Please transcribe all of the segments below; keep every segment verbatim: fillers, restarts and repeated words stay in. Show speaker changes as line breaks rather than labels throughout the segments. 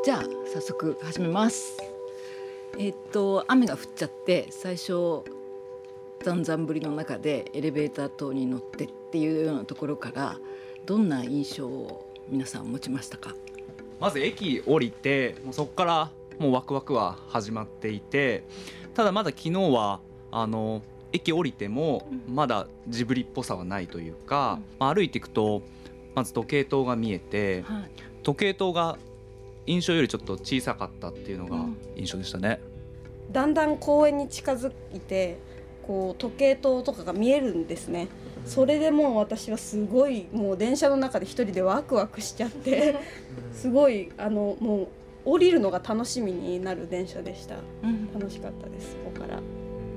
じゃあ早速始めます。えっと雨が降っちゃって最初ざんざん降りの中でエレベーター塔に乗ってっていうようなところからどんな印象を皆さん持ちましたか？
まず駅降りてもうそこからもうワクワクは始まっていて、ただまだ昨日はあの駅降りてもまだジブリっぽさはないというか、うんまあ、歩いていくとまず時計塔が見えて、はい、時計塔が印象よりちょっと小さかったっていうのが印象でしたね、
うん、だんだん公園に近づいてこう時計塔とかが見えるんですね。それでもう私はすごいもう電車の中で一人でワクワクしちゃってすごいあのもう降りるのが楽しみになる電車でした、うん、楽しかったです。そこから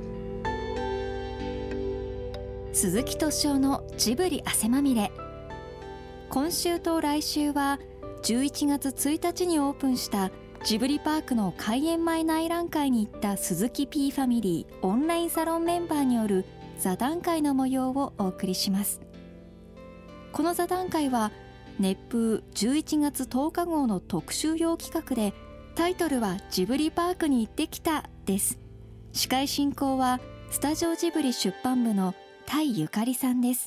鈴木敏夫のジブリ汗まみれ。今週と来週はじゅういちがつついたちにオープンしたジブリパークの開園前内覧会に行った鈴木 P ファミリーオンラインサロンメンバーによる座談会の模様をお送りします。この座談会は熱風じゅういちがつとおか号の特集用企画で、タイトルはジブリパークに行ってきたです。司会進行はスタジオジブリ出版部の田井ゆかりさんです。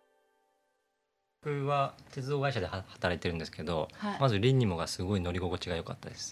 僕は鉄道会社で働いてるんですけど、はい、まずリンニモがすごい乗り心地が良かったです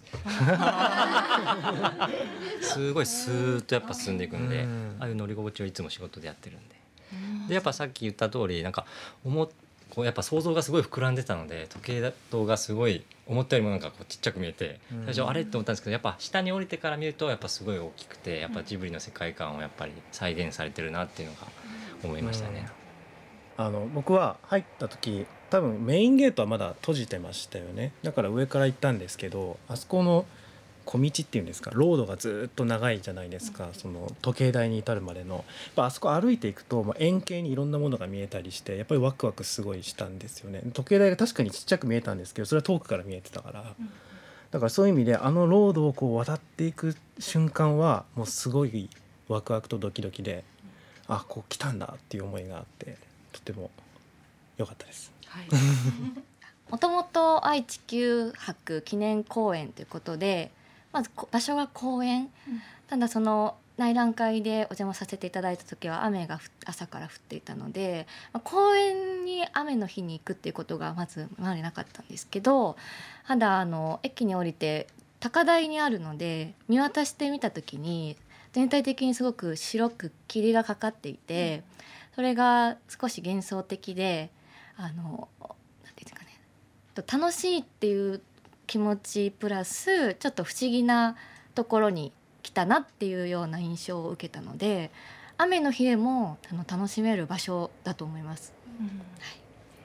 すごいスーッとやっぱ進んでいくんで、ああいう乗り心地をいつも仕事でやってるんで、でやっぱさっき言った通りなんか思こうやっぱ想像がすごい膨らんでたので、時計塔がすごい思ったよりもなんかこうちっちゃく見えて、最初あれって思ったんですけど、やっぱ下に降りてから見るとやっぱすごい大きくて、やっぱジブリの世界観をやっぱり再現されてるなっていうのが思いましたね。
あの僕は入った時多分メインゲートはまだ閉じてましたよね。だから上から行ったんですけど、あそこの小道っていうんですか、ロードがずっと長いじゃないですか、その時計台に至るまでの。やっぱあそこ歩いていくともう円形にいろんなものが見えたりして、やっぱりワクワクすごいしたんですよね。時計台が確かにちっちゃく見えたんですけど、それは遠くから見えてたから、だからそういう意味であのロードをこう渡っていく瞬間はもうすごいワクワクとドキドキで、あこう来たんだっていう思いがあって、とても良かったです。
もともと愛・地球博記念公園ということで、まず場所が公園、うん、ただその内覧会でお邪魔させていただいた時は雨が朝から降っていたので、公園に雨の日に行くっていうことがまず今までなかったんですけど、ただあの駅に降りて高台にあるので見渡してみた時に全体的にすごく白く霧がかかっていて、うんそれが少し幻想的で、あのなんていうんですかね、楽しいっていう気持ちプラスちょっと不思議なところに来たなっていうような印象を受けたので、雨の日でもあの楽しめる場所だと思います、うんはい、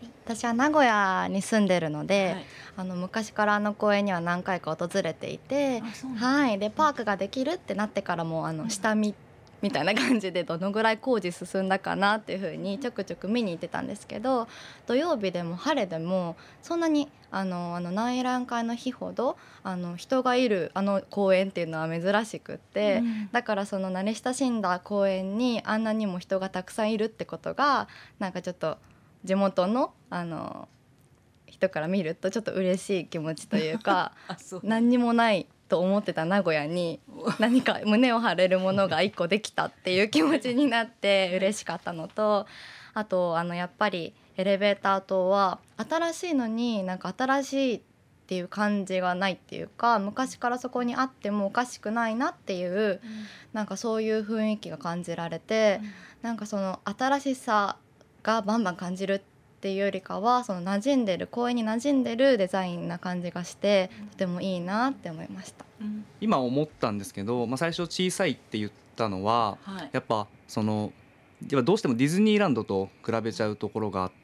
私は名古屋に住んでるので、はい、あの昔からあの公園には何回か訪れていて、はい、でパークができるってなってからもあの下見みたいな感じでどのぐらい工事進んだかなっていう風にちょくちょく見に行ってたんですけど、土曜日でも晴れでもそんなにあのあの内覧会の日ほどあの人がいるあの公園っていうのは珍しくって、うん、だからその慣れ親しんだ公園にあんなにも人がたくさんいるってことがなんかちょっと地元のあの人から見るとちょっと嬉しい気持ちというか何にもないと思ってた名古屋に何か胸を張れるものが一個できたっていう気持ちになって嬉しかったのと、あとあのやっぱりエレベーター塔は新しいのになんか新しいっていう感じがないっていうか、昔からそこにあってもおかしくないなっていう、うん、なんかそういう雰囲気が感じられて、うん、なんかその新しさがバンバン感じるっていうよりかは、その馴染んでる公園に馴染んでるデザインな感じがして、うん、とてもいいなって思いました、うん、
今思ったんですけど、まあ、最初小さいって言ったのは、はい、やっぱそのやっぱどうしてもディズニーランドと比べちゃうところがあって、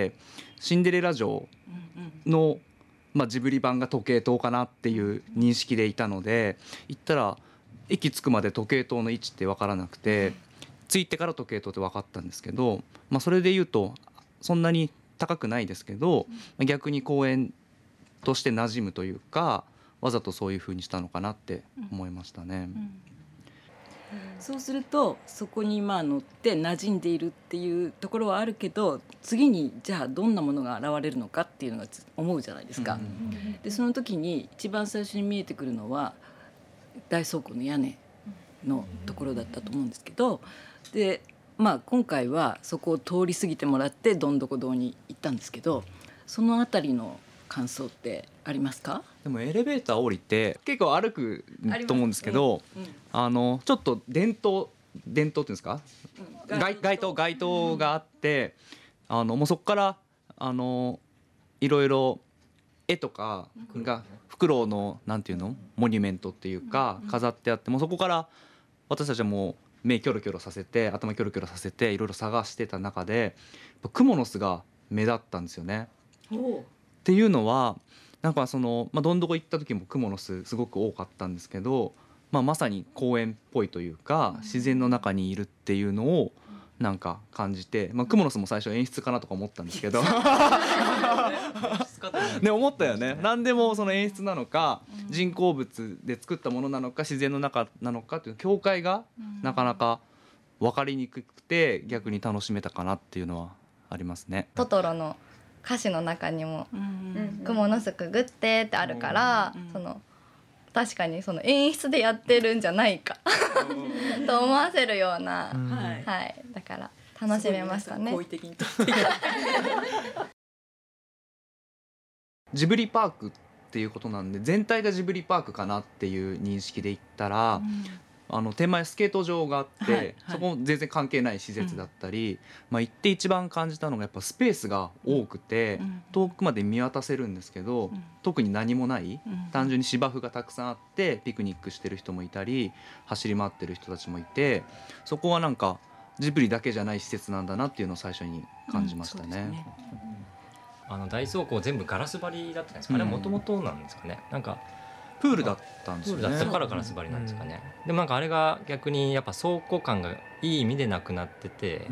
シンデレラ城の、うんうんまあ、ジブリ版が時計塔かなっていう認識でいたので、行ったら駅着くまで時計塔の位置って分からなくて、着いてから時計塔って分かったんですけど、まあ、それで言うとそんなに高くないですけど、逆に公園として馴染むというか、わざとそういう風にしたのかなって思いましたね、うんうん、
そうするとそこにまあ乗って馴染んでいるっていうところはあるけど、次にじゃあどんなものが現れるのかっていうのが思うじゃないですか、うん、でその時に一番最初に見えてくるのは大倉庫の屋根のところだったと思うんですけど、で、まあ、今回はそこを通り過ぎてもらってどんどこ堂に行ったんですけど、そのあたりの感想ってありますか？
でもエレベーター降りて結構歩くと思うんですけど、あ、うんうん、あのちょっと伝統伝統っていうんですか、うん、街, 街灯街灯があって、うん、あのもうそこからあのいろいろ絵とかがフクロウのなんていうのモニュメントっていうか飾ってあって、もうそこから私たちはもう目キョロキョロさせて頭キョロキョロさせていろいろ探してた中でクモの巣が目立ったんですよね。っていうのはなんかその、まあ、どんどこ行った時もクモの巣すごく多かったんですけど、まあ、まさに公園っぽいというか自然の中にいるっていうのをなんか感じて、まあ、クモの巣も最初演出かなとか思ったんですけどね、思ったよね。何でもその演出なのか人工物で作ったものなのか自然の中なのかっていう境界がなかなか分かりにくくて逆に楽しめたかなっていうのはありますね。
トトロの歌詞の中にも「雲の巣くぐって」ってあるから、その確かにその演出でやってるんじゃないかと思わせるような、はい、だから楽しめましたね。
ジブリパークっていうことなんで全体がジブリパークかなっていう認識で言ったら、うん、あの手前スケート場があって、はいはい、そこも全然関係ない施設だったり、うん、まあ、行って一番感じたのがやっぱスペースが多くて、うん、遠くまで見渡せるんですけど、うん、特に何もない、うん、単純に芝生がたくさんあってピクニックしてる人もいたり走り回ってる人たちもいて、そこはなんかジブリだけじゃない施設なんだなっていうのを最初に感じましたね。
あの大倉庫全部ガラス張りだったんですか、うん、あれもともとなんですかね。なんか
プールだったんですよね。
プールだったからガラス張りなんですかね、うん、でもなんかあれが逆にやっぱ倉庫感がいい意味でなくなってて、うん、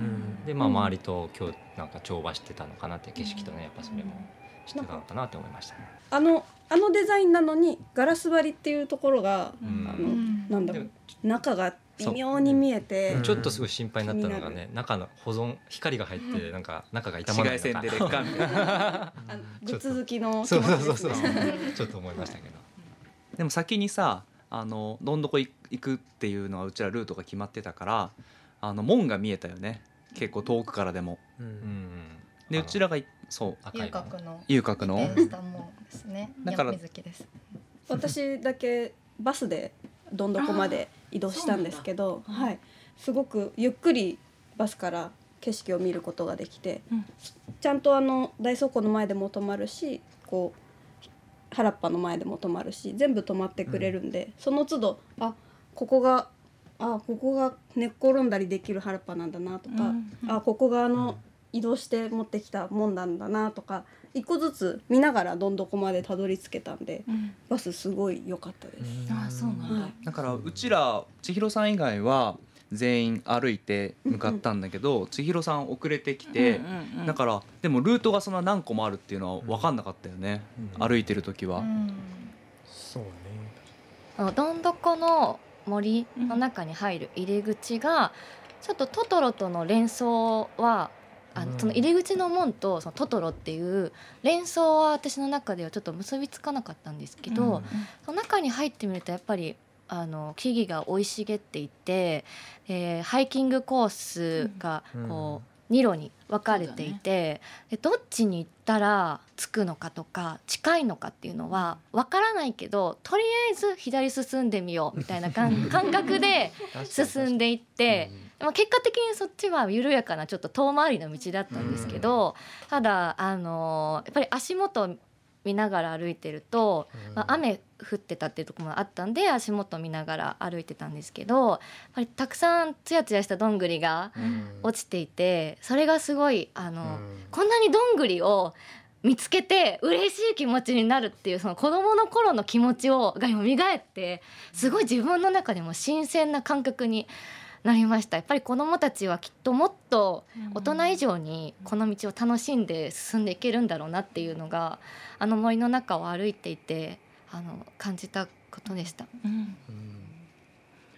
でまあ周りと今日なんか調和してたのかなって景色とね、やっぱそれもしてたのかなって思いましたね。
あのあのデザインなのにガラス張りっていうところが、うん、あのなんだろう、中が微妙に見えて、
うん、ちょっとすごい心配になったのがね、中の保存光が入ってなんか中が傷まないのか、
紫外線で劣化みたいな
グッズ好きの
気持ちですね。そうそうそうそうちょっと思いましたけど
でも先にさあのどんどこ行くっていうのはうちらルートが決まってたからあの門が見えたよね、結構遠くからでも、うん、でうちらがそう
遊郭の
遊郭の
スタ門ですね。だから水木です。
私だけバスでどんどこまで移動したんですけど、はい、すごくゆっくりバスから景色を見ることができて、うん、ちゃんとあの大倉庫の前でも止まるし、こう原っぱの前でも止まるし、全部止まってくれるんで、うん、その都度あここがあここが寝っ転んだりできる原っぱなんだなとか、うんうん、あここがあの移動して持ってきたもんなんだなとか一個ずつ見ながらどんどこまでたどり着けたんで、うん、バスすごい良かったです。
あ、そうなんだ、
はい、だからうちら千尋さん以外は全員歩いて向かったんだけど、うんうん、千尋さん遅れてきて、うんうんうん、だからでもルートがそんな何個もあるっていうのは分かんなかったよね、うん、歩いてる時は、うん、
そう
ね。どんどこの森の中に入る入り口がちょっとトトロとの連想はあのその入り口の門とそのトトロっていう連想は私の中ではちょっと結びつかなかったんですけど、うん、その中に入ってみるとやっぱりあの木々が生い茂っていて、えー、ハイキングコースがこうに路に分かれていて、ね、でどっちに行ったら着くのかとか近いのかっていうのは分からないけど、とりあえず左進んでみようみたいな感覚で進んでいって、まあ、結果的にそっちは緩やかなちょっと遠回りの道だったんですけど、ただあのやっぱり足元見ながら歩いてると、まあ、雨降ってたっていうところもあったんで足元見ながら歩いてたんですけど、やっぱりたくさんツヤツヤしたどんぐりが落ちていて、それがすごいあのこんなにどんぐりを見つけて嬉しい気持ちになるっていう、その子どもの頃の気持ちをが蘇って、すごい自分の中でも新鮮な感覚になりました。やっぱり子どもたちはきっともっと大人以上にこの道を楽しんで進んでいけるんだろうなっていうのが、あの森の中を歩いていてあの感じたことでした、うん、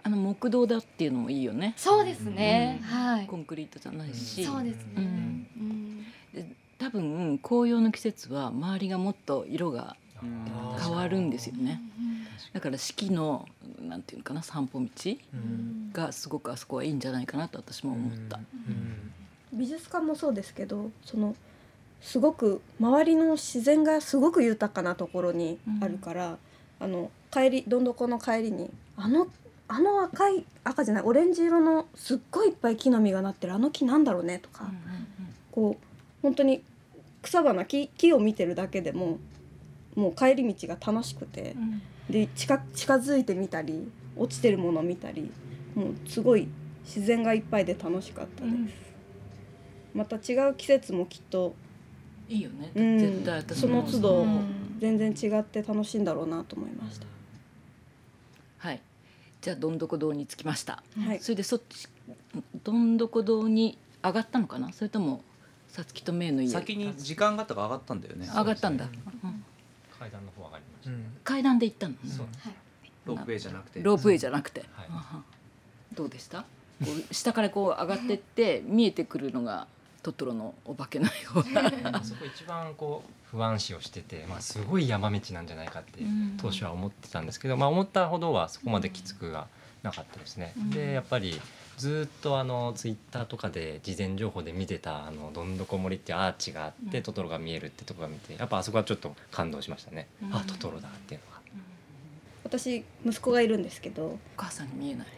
あの木道だっていうのもいいよね。
そうですね、うん、はい。
コンクリートじゃないし、
そうですね、うんうん、
で多分紅葉の季節は周りがもっと色が変わるんですよね。だから四季のなんていうのかな、散歩道がすごくあそこはいいんじゃないかなと私も思った。
美術館もそうですけど、そのすごく周りの自然がすごく豊かなところにあるから、うん、あの帰りどんどこの帰りにあのあの赤い赤じゃないオレンジ色のすっごいいっぱい木の実がなってるあの木なんだろうねとか、うんうんうん、こう本当に草花 木, 木を見てるだけでももう帰り道が楽しくて、うん、で 近, 近づいてみたり落ちてるものを見たり、もうすごい自然がいっぱいで楽しかったです、うん、また違う季節もきっと
いいよね、
うん、
絶対私
その都度全然違って楽しいんだろうなと思いました、
はい。じゃあどんどこ堂に着きました、
はい、
それでそっちどんどこ堂に上がったのかな、それともさつきとめいの家
先に時間があったから上がったんだよね。
上がったんだ、うん、
階段の方上がりました、うん、
階段で行ったの、
そう、
はい、
ロープウェイじゃなくて
ロープウェイじゃなくて、
はい、
どうでした？こう下からこう上がってって見えてくるのがトトロのお化けのような
そこ一番こう不安視をしてて、まあ、すごい山道なんじゃないかって当初は思ってたんですけど、まあ、思ったほどはそこまできつくがなかったですね、うん、でやっぱりずっとあのツイッターとかで事前情報で見てたあのどんどこ森っていうアーチがあって、うん、トトロが見えるってところが見てやっぱあそこはちょっと感動しましたね、うん、あトトロだっていうのが、うん、
私息子がいるんですけどお
母さんに見えない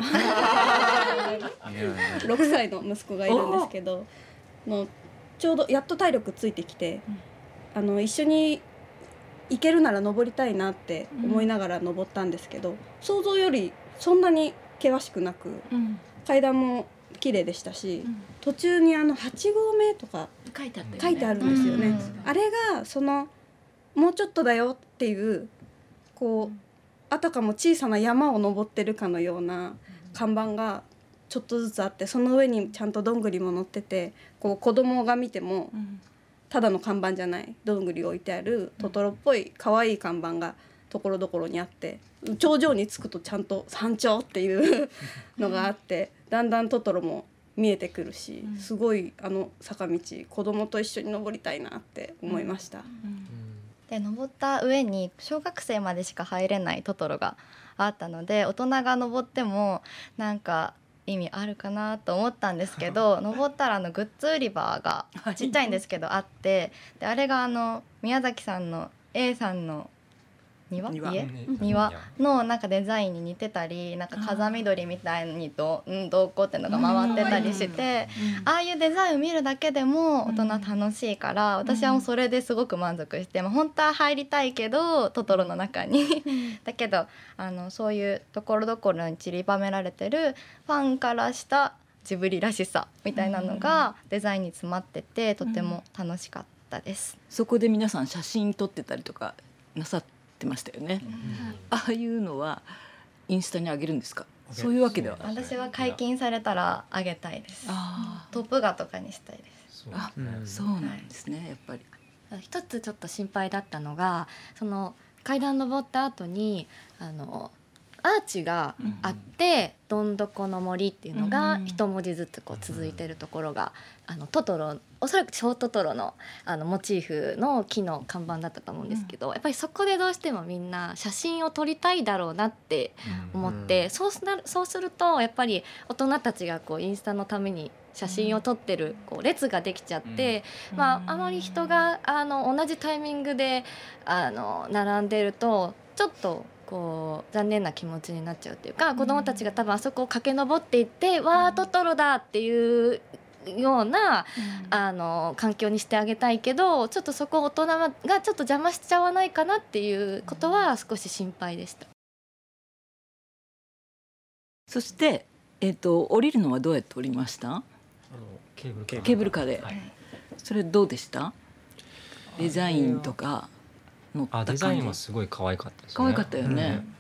ろくさいの息子がいるんですけどのちょうどやっと体力ついてきて、うん、あの一緒に行けるなら登りたいなって思いながら登ったんですけど、うん、想像よりそんなに険しくなく、うん、階段も綺麗でしたし、うん、途中にあのはち合目とか
書いてあったよね、
書いてあるんですよね、うん、あれがそのもうちょっとだよっていうこうあたかも小さな山を登ってるかのような看板がちょっとずつあって、その上にちゃんとどんぐりも乗ってて、こう子供が見てもただの看板じゃないどんぐり置いてあるトトロっぽい可愛い看板がところどころにあって、頂上に着くとちゃんと山頂っていうのがあってだんだんトトロも見えてくるし、すごいあの坂道子供と一緒に登りたいなって思いました、うんうん
で登った上に小学生までしか入れないトトロがあったので、大人が登ってもなんか意味あるかなと思ったんですけど登ったらあのグッズ売り場がちっちゃいんですけどあって、であれがあの宮崎さんの A さんの庭
庭
家庭のなんかデザインに似てたり、なんか風緑みたいにどうんどうこうっていうのが回ってたりして、ああいうデザインを見るだけでも大人楽しいから、私はもうそれですごく満足して、まあ、本当は入りたいけどトトロの中にだけどあのそういうところどころに散りばめられてるファンからしたジブリらしさみたいなのがデザインに詰まっててとても楽しかったです。
そこで皆さん写真撮ってたりとかなさってってましたよね、うん、ああいうのはインスタに上げるんですか？そういうわけでは。
私は解禁されたら上げたいです。あトップ画とかにしたいです。
そうあ、うん、そうなんですね、はい、やっぱり
一つちょっと心配だったのが、その階段登った後にあのアーチがあって、うん、どんどこの森っていうのが一文字ずつこう続いてるところが、うん、あのトトロおそらく小トトロ の, あのモチーフの木の看板だったと思うんですけど、うん、やっぱりそこでどうしてもみんな写真を撮りたいだろうなって思って、うん、そうすなそうするとやっぱり大人たちがこうインスタのために写真を撮ってるこう列ができちゃって、うんまあ、あまり人があの同じタイミングであの並んでるとちょっとこう残念な気持ちになっちゃうっていうか、子どもたちが多分あそこを駆け上っていって、うん、わートトロだっていうような、うん、あの環境にしてあげたいけど、ちょっとそこ大人がちょっと邪魔しちゃわないかなっていうことは少し心配でした。
そして、えーと、降りるのはどうやって降りました？あの
ケーブルカー、
ケーブルカーで、はい、それどうでした？デザインとか乗った感じ。
あデザインはすごい可愛かったですね。
可愛かったよね、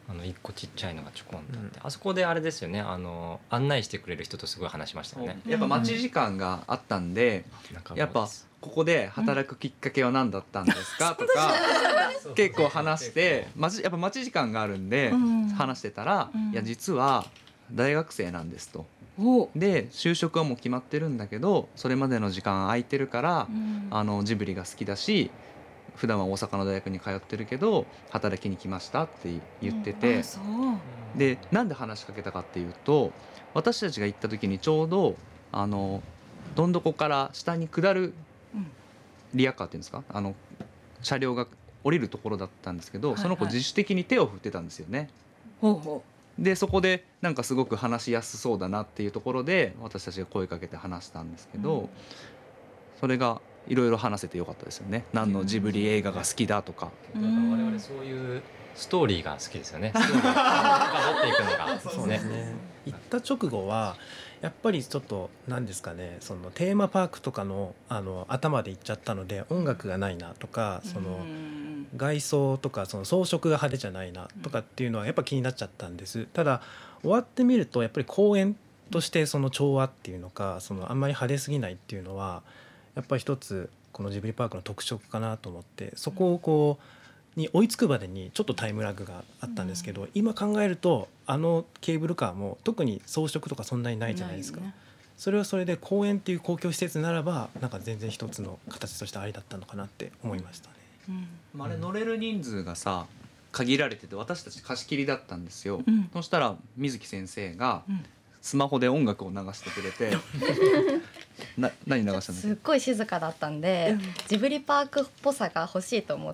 あの一個ちっちゃいのがちょこんとあって、うん、あそこであれですよね、あの案内してくれる人とすごい話しましたよね。
やっぱ待ち時間があったんで、うん、やっぱここで働くきっかけは何だったんですか、うん、とか結構話して待ちやっぱ待ち時間があるんで、うん、話してたら、うん、いや実は大学生なんですと。で就職はもう決まってるんだけどそれまでの時間空いてるから、うん、あのジブリが好きだし普段は大阪の大学に通ってるけど働きに来ましたって言ってて、うん、そうでなんで話しかけたかっていうと、私たちが行った時にちょうどあのどん底から下に下るリヤカーっていうんですか、あの車両が降りるところだったんですけど、はいはい、その子自主的に手を振ってたんですよね。ほうほうでそこでなんかすごく話しやすそうだなっていうところで私たちが声かけて話したんですけど、うん、それがいろいろ話せてよかったですよね。何のジブリ映画が好きだとか、
我々そういうストーリーが好きですよね。ストーリーが持っていくのが
そうですね。行った直後はやっぱりちょっと何ですかね、そのテーマパークとかのあの頭で行っちゃったので音楽がないなとか、その外装とかその装飾が派手じゃないなとかっていうのはやっぱ気になっちゃったんです。ただ終わってみるとやっぱり公演としてその調和っていうのか、そのあんまり派手すぎないっていうのはやっぱり一つこのジブリパークの特色かなと思って、そこをこうに追いつくまでにちょっとタイムラグがあったんですけど、うん、今考えるとあのケーブルカーも特に装飾とかそんなにないじゃないですか、ね、それはそれで公園っていう公共施設ならばなんか全然一つの形としてありだったのかなって思いましたね、
うん、あれ乗れる人数がさ限られてて私たち貸し切りだったんですよ、うん、そしたら水木先生がスマホで音楽を流してくれてな何流したの？
すっごい静かだったんで、うん、ジブリパークっぽさが欲しいと思って、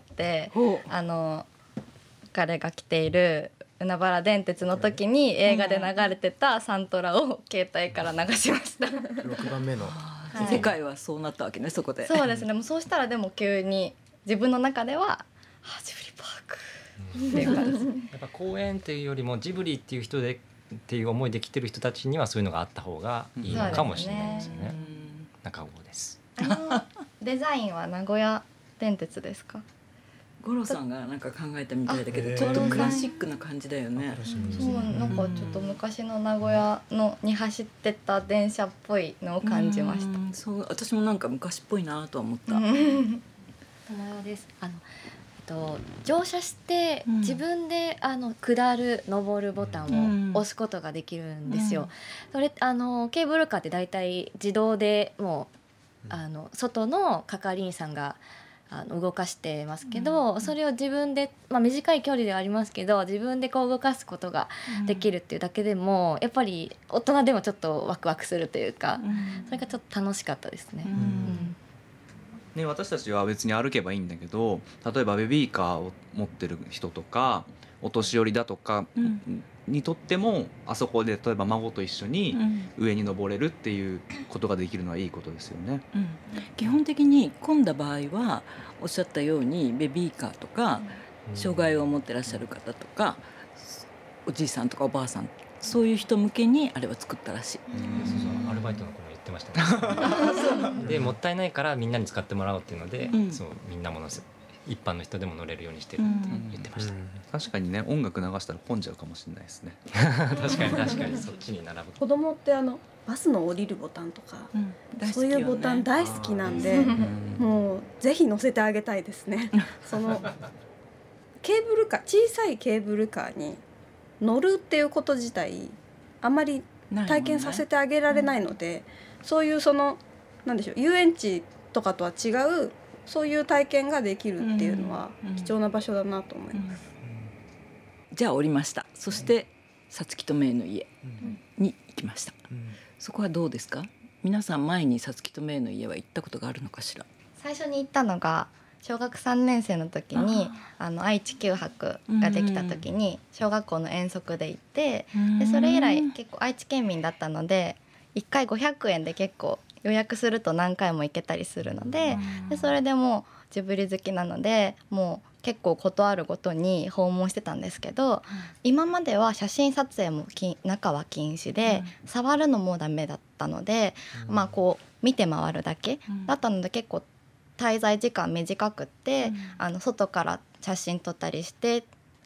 あの彼が着ている海原電鉄の時に映画で流れてたサントラを携帯から流しました。
ろくばんめの、
はい、世界はそうなったわけね、そこで。
そうですね。もうそうしたらでも急に自分の中ではあジブリパークっていう感じ。
やっぱ公園っていうよりもジブリっていう人でっていう思いで来てる人たちにはそういうのがあった方がいいのかもしれないですよね。中郷です。
あのデザインは名古屋電鉄ですか？
五郎さんがなんか考えたみたいだけどちょっとクラシックな感じだよね。
そうなんかちょっと昔の名古屋のに走ってた電車っぽいのを感じました。
そう私もなんか昔っぽいなとは思った。
友です。あのと乗車して自分で、うん、あの下る上るボタンを押すことができるんですよ、うん、それあのケーブルカーってだいたい自動でもうあの外の係員さんがあの動かしてますけど、うん、それを自分で、まあ、短い距離ではありますけど自分でこう動かすことができるっていうだけでも、うん、やっぱり大人でもちょっとワクワクするというか、うん、それがちょっと楽しかったですね、うんうん
ね、私たちは別に歩けばいいんだけど例えばベビーカーを持ってる人とかお年寄りだとかにとっても、うん、あそこで例えば孫と一緒に上に登れるっていうことができるのはいいことですよね、うん、
基本的に混んだ場合はおっしゃったようにベビーカーとか、うん、障害を持ってらっしゃる方とかおじいさんとかおばあさんそういう人向けにあれは作ったらしい、
うん、そうそうアルバイトの子も言ってましたねでもったいないからみんなに使ってもらおうっていうので、うん、そうみんなものせ一般の人でも乗れるようにしてるって言ってました、うんうん、
確かにね音楽流したら混んじゃうかもしれないですね
確かに確かにそっちに並ぶ
子供ってあのバスの降りるボタンとか、うんね、そういうボタン大好きなんで、もうぜひ乗せてあげたいですねそのケーブルカー小さいケーブルカーに乗るっていうこと自体あんまり体験させてあげられないので、ねうん、そういうそのなんでしょう遊園地とかとは違うそういう体験ができるっていうのは貴重な場所だなと思います、うんうん、
じゃあ降りました。そしてさつきとめいの家に行きました、うん、そこはどうですか？皆さん前にさつきとめいの家は行ったことがあるのかしら？
最初に行ったのが小学さんねん生の時にあの愛知きゅう泊ができた時に小学校の遠足で行ってでそれ以来結構愛知県民だったのでいっかいごひゃくえんで結構予約すると何回も行けたりするので、でそれでもうジブリ好きなのでもう結構ことあるごとに訪問してたんですけど、今までは写真撮影も中は禁止で触るのもダメだったので、まあこう見て回るだけだったので結構滞在時間短くって、うん、あの外から写真撮ったりして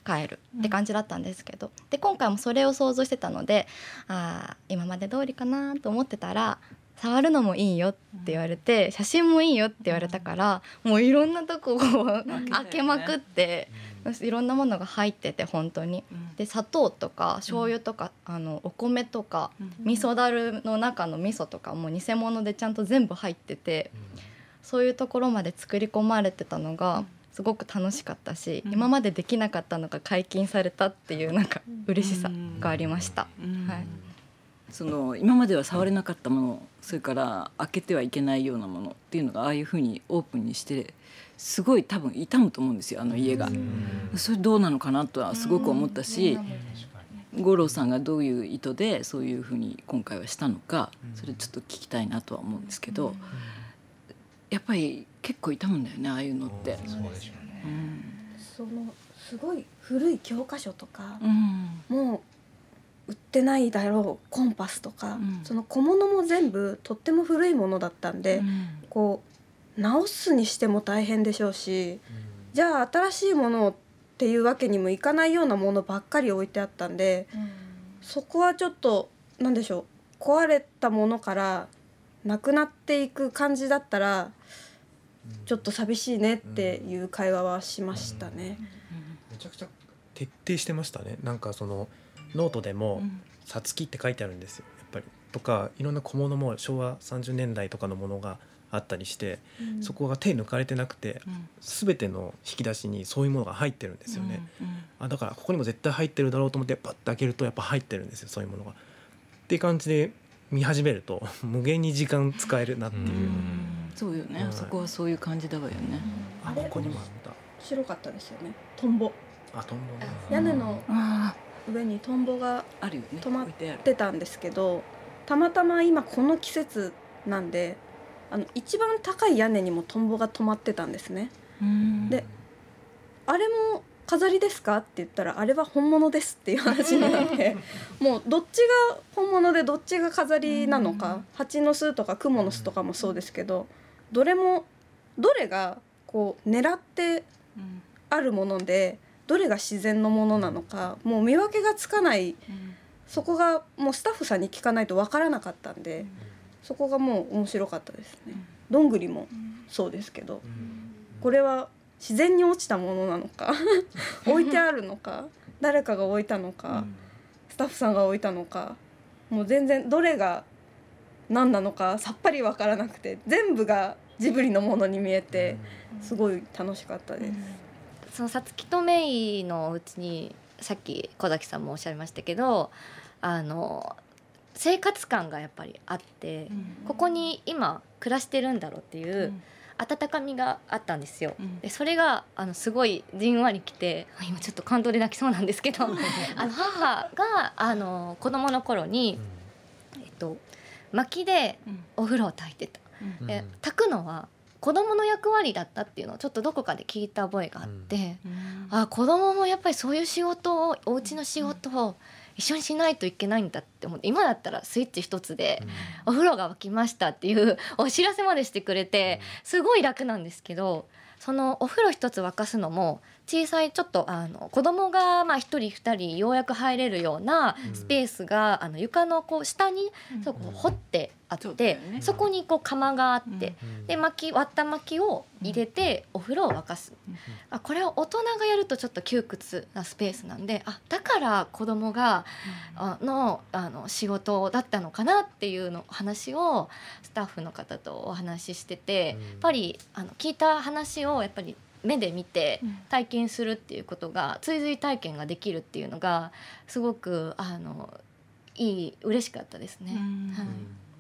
帰るって感じだったんですけど、で今回もそれを想像してたので、あ今まで通りかなと思ってたら、触るのもいいよって言われて、写真もいいよって言われたから、もういろんなとこを開けまくって、いろんなものが入ってて本当に、で砂糖とか醤油とか、あのお米とか、味噌だるの中の味噌とかも偽物でちゃんと全部入ってて、そういうところまで作り込まれてたのがすごく楽しかったし、今までできなかったのが解禁されたっていうなんか嬉しさがありました。はい、
その今までは触れなかったもの、それから開けてはいけないようなものっていうのがああいうふうにオープンにしてすごい多分傷むと思うんですよ、あの家が。それどうなのかなとはすごく思ったし、五郎さんがどういう意図でそういうふうに今回はしたのか、それちょっと聞きたいなとは思うんですけど、やっぱり結構傷むんだよね、ああいうのって。
そうですよね、うん、そのすごい古い教科書とか、うん、もう売ってないだろうコンパスとか、うん、その小物も全部とっても古いものだったんで、うん、こう直すにしても大変でしょうし、うん、じゃあ新しいものっていうわけにもいかないようなものばっかり置いてあったんで、うん、そこはちょっとなんでしょう、壊れたものからなくなっていく感じだったらちょっと寂しいねっていう会話はしましたね。
めちゃくちゃ徹底してましたね。なんかそのノートでも「さつき」って書いてあるんですよ、やっぱり。とかいろんな小物もしょうわさんじゅうねんだいとかのものがあったりして、うん、そこが手抜かれてなくて、うん、全ての引き出しにそういうものが入ってるんですよね、うんうん、あだからここにも絶対入ってるだろうと思ってパッと開けるとやっぱ入ってるんですよ、そういうものが。っていう感じで見始めると無限に時間使えるなっていう、うん、
そうよね、はい、そこはそういう感じだわよね、
うん、あれここにもあった。白かったですよね、トンボ。
あトンボね、
屋根の上にトンボが止まってたんですけど、たまたま今この季節なんで、あの一番高い屋根にもトンボが止まってたんですね。であれも飾りですかって言ったら、あれは本物ですっていう話になってもうどっちが本物でどっちが飾りなのか、蜂の巣とかクモの巣とかもそうですけど、どれもどれがこう狙ってあるものでどれが自然のものなのかもう見分けがつかない、そこがもうスタッフさんに聞かないと分からなかったんで、そこがもう面白かったですね。どんぐりもそうですけど、これは自然に落ちたものなのか置いてあるのか誰かが置いたのか、スタッフさんが置いたのか、もう全然どれが何なのかさっぱり分からなくて、全部がジブリのものに見えてすごい楽しかったです。
そのさつきとメイのうちにさっき小崎さんもおっしゃいましたけど、あの生活感がやっぱりあって、うん、ここに今暮らしてるんだろうっていう温かみがあったんですよ、うん、でそれがあのすごいじんわりきて、今ちょっと感動で泣きそうなんですけどあの母があの子供の頃に、えっと、薪でお風呂を炊いてた、うん、で炊くのは子供の役割だったっていうのをちょっとどこかで聞いた覚えがあって、うん、あ子供もやっぱりそういう仕事を、お家の仕事を一緒にしないといけないんだって思って、今だったらスイッチ一つでお風呂が沸きましたっていうお知らせまでしてくれてすごい楽なんですけど、そのお風呂一つ沸かすのも小さいちょっとあの子供がまあ一人二人ようやく入れるようなスペースがあの床のこう下にそこ掘ってあって、うん、そこにこう釜があって、うん、で薪割った薪を入れてお風呂を沸かす、うん、あこれは大人がやるとちょっと窮屈なスペースなんで、あだから子供が、うん、の, あの仕事だったのかなっていうの話をスタッフの方とお話ししてて、うん、やっぱりあの聞いた話をやっぱり目で見て体験するっていうことが、追随体験ができるっていうのがすごくあのいい嬉しかったですね、うんはい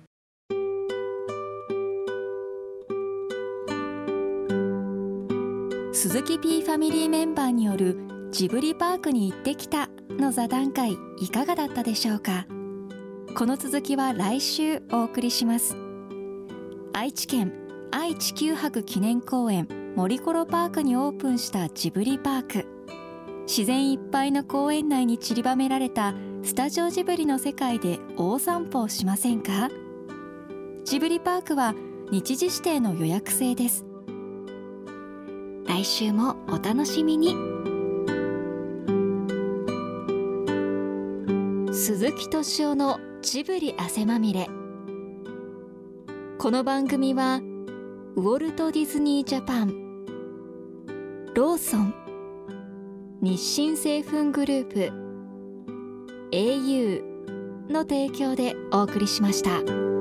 鈴木 P ファミリーメンバーによるジブリパークに行ってきたの座談会いかがだったでしょうか。この続きは来週お送りします。愛知県愛・地球博記念公園森コロパークにオープンしたジブリパーク、自然いっぱいの公園内に散りばめられたスタジオジブリの世界で大散歩をしませんか。ジブリパークは日時指定の予約制です。来週もお楽しみに。 鈴木敏夫のジブリ汗まみれ。この番組はウォルト・ディズニー・ジャパン、ローソン、日清製粉グループ、エーユー の提供でお送りしました。